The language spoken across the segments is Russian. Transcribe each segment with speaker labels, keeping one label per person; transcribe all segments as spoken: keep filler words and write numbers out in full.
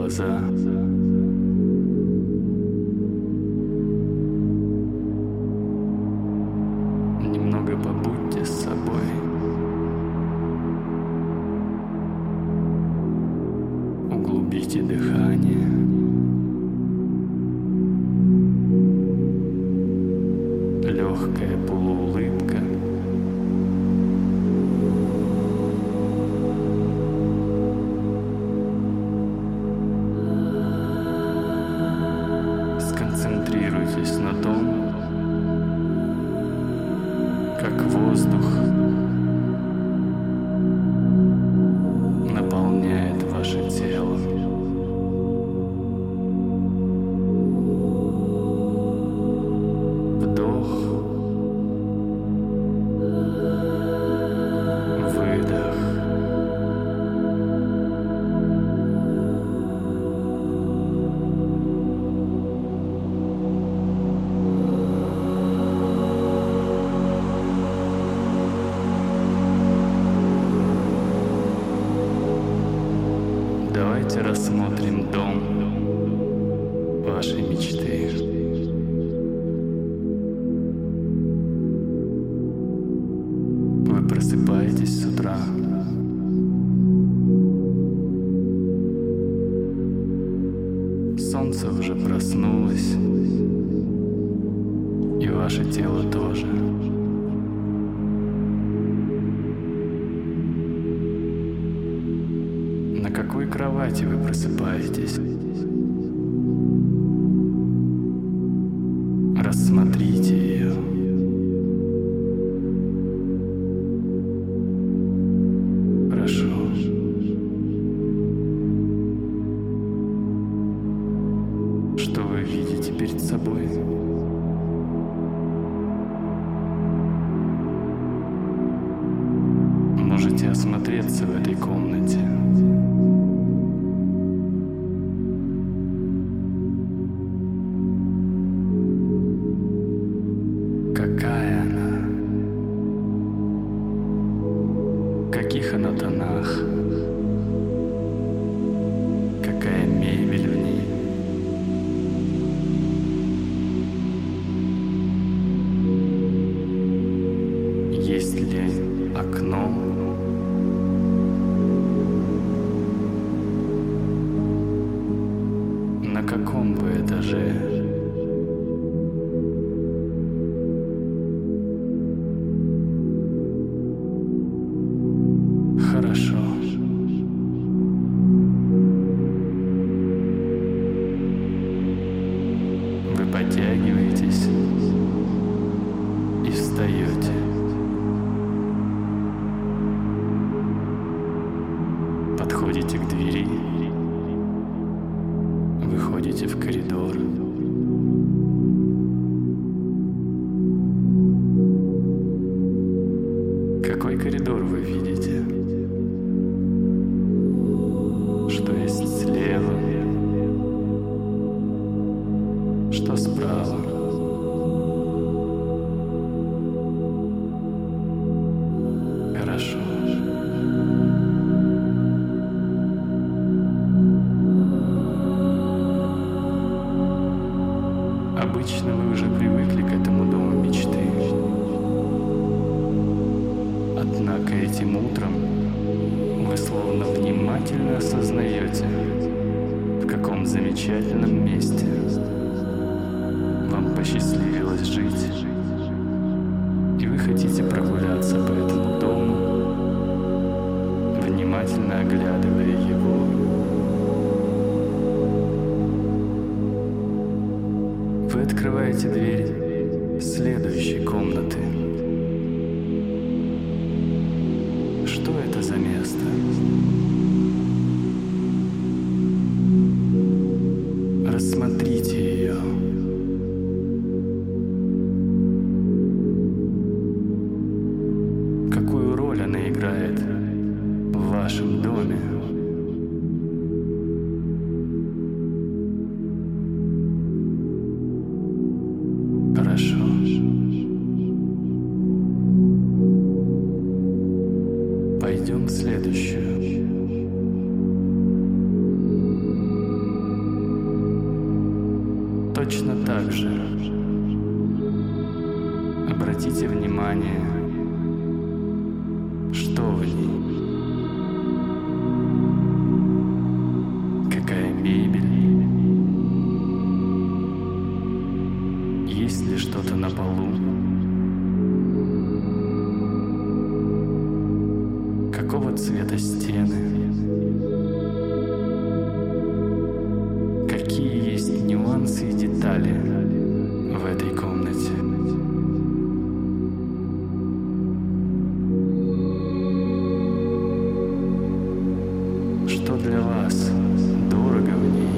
Speaker 1: глаза. Немного побудьте с собой. Углубите дыхание. Легкая полуулыбка. Сконцентрируйтесь на том, как воздух наполняет ваше тело. Вдох, выдох. Давайте рассмотрим дом вашей мечты. Вы просыпаетесь с утра. Солнце уже проснулось, и ваше тело тоже. На какой кровати вы просыпаетесь? Рассмотрите ее. Хорошо. Что вы видите перед собой? Можете осмотреться в этой комнате. Какая она? В каких она тонах? Какая мебель в ней? Есть ли окно? На каком вы этаже? Хорошо. Вы подтягиваетесь и встаете. Подходите к двери, выходите в коридор. Какой коридор вы видите? Что есть слева? Что справа? Хорошо. Обычно вы уже привыкли к этому дому мечты. Однако этим утром вы словно внимательно осознаете, в каком замечательном месте вам посчастливилось жить, и вы хотите прогуляться по этому дому, внимательно оглядывая его. Вы открываете дверь следующей комнаты. Что это за место? Рассмотрите ее. Какую роль она играет в вашем доме? Хорошо. Пойдем в следующую. Какого цвета стены? Какие есть нюансы и детали в этой комнате? Что для вас дорого в ней?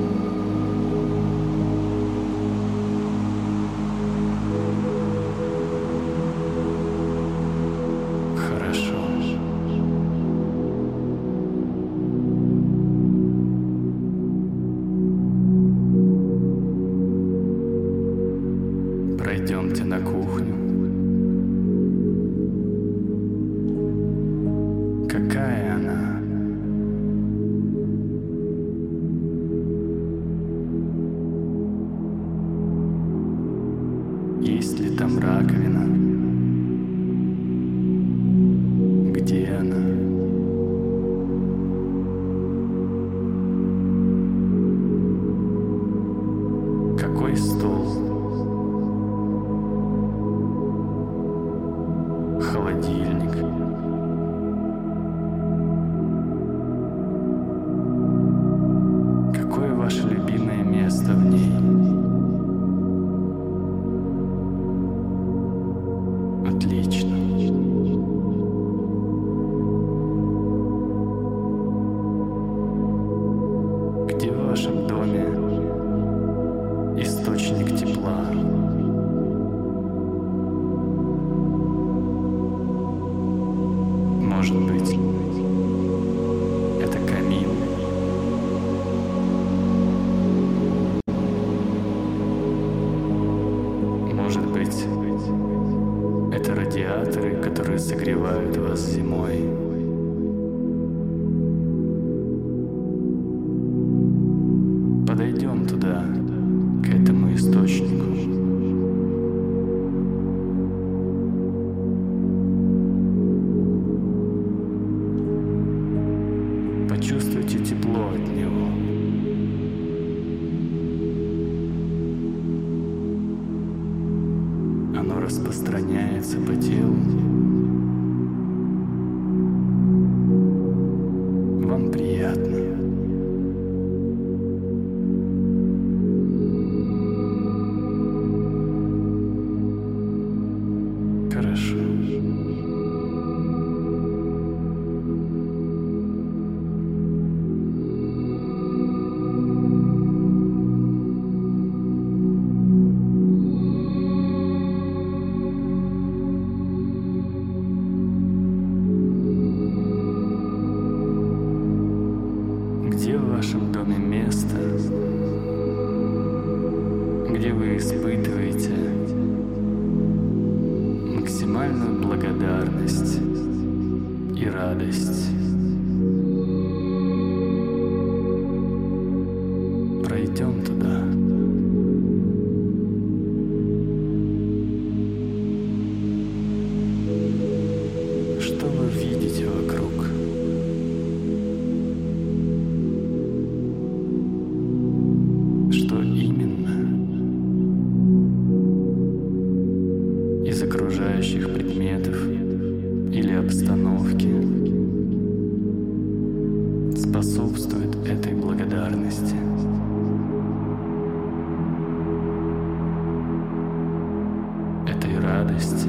Speaker 1: Хорошо. Пройдемте на кухню. Какая она? Есть ли там раковина? Где она? Какой стол? Холодильник? Какое ваше любимое место в ней? Отлично. Где в вашем доме источник тепла? Может быть, это камин? Может быть, это радиаторы, которые согревают вас зимой? Подойдем туда, к этому источнику. Почувствуйте тепло от него. Оно распространяется по телу. Вам приятно. Хорошо. Где в вашем доме место, где вы испытываете максимальную благодарность и радость? Пройдем туда. Что вы видите вокруг? Что именно из окружающих предметов или обстановки способствует этой благодарности? Этой радости?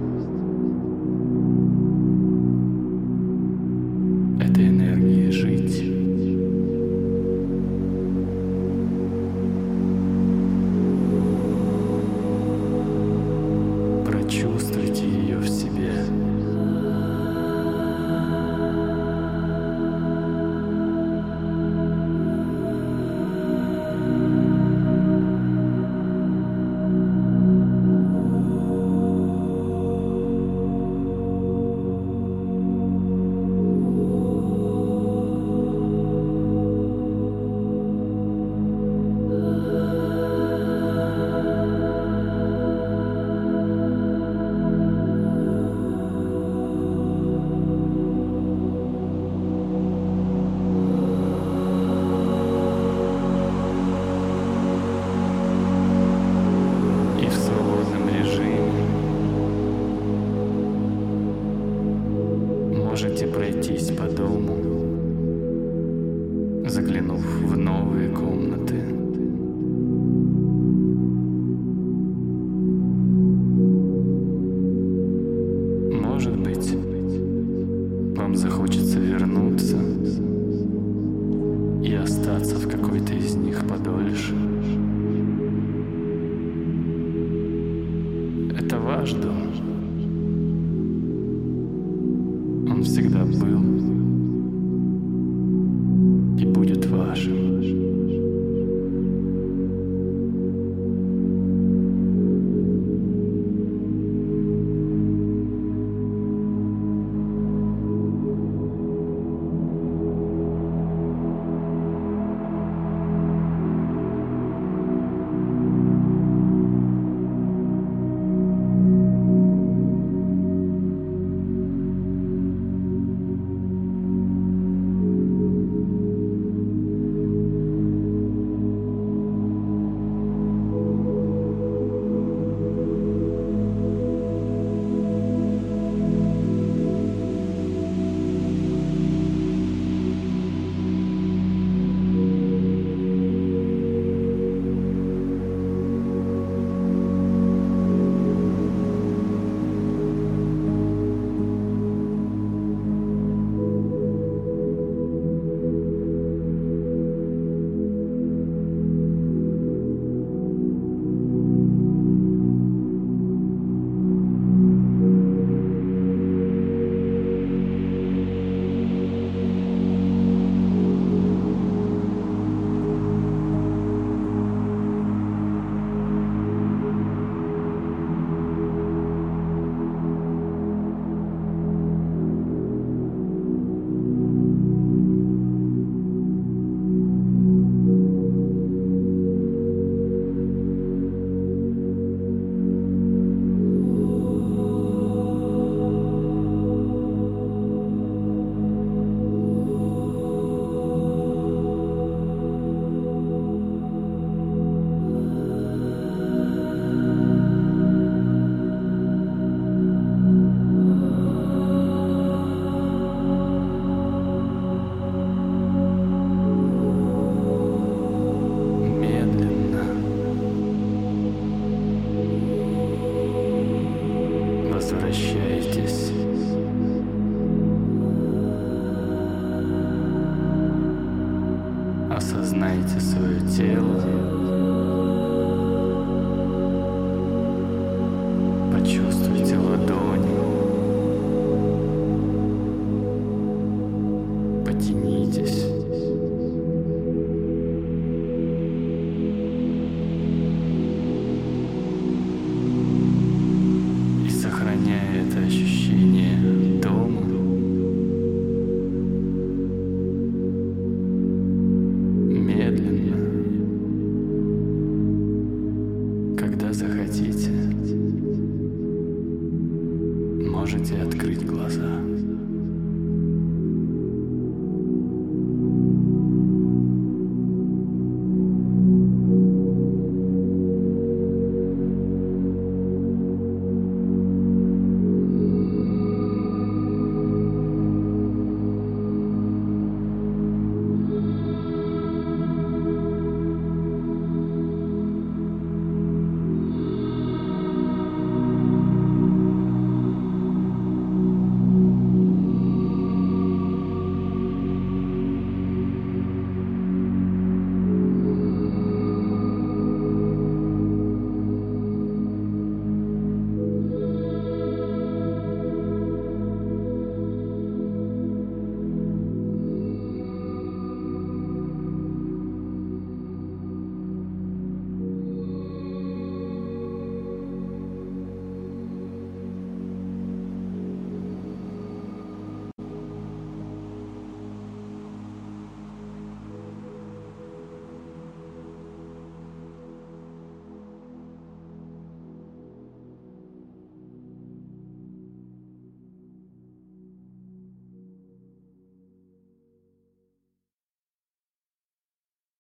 Speaker 1: Этой энергии жить? Прочувствуйте ее в себе. Можете пройтись по дому, заглянув в новые комнаты. Может быть, вам захочется вернуться и остаться в какой-то из них подольше. Это ваш дом. Он всегда был и будет вашим. Возвращайтесь. Осознайте свое тело. Почувствуйте ладони. Потянитесь. Сохраняя это ощущение дома, медленно, когда захотите, можете открыть глаза.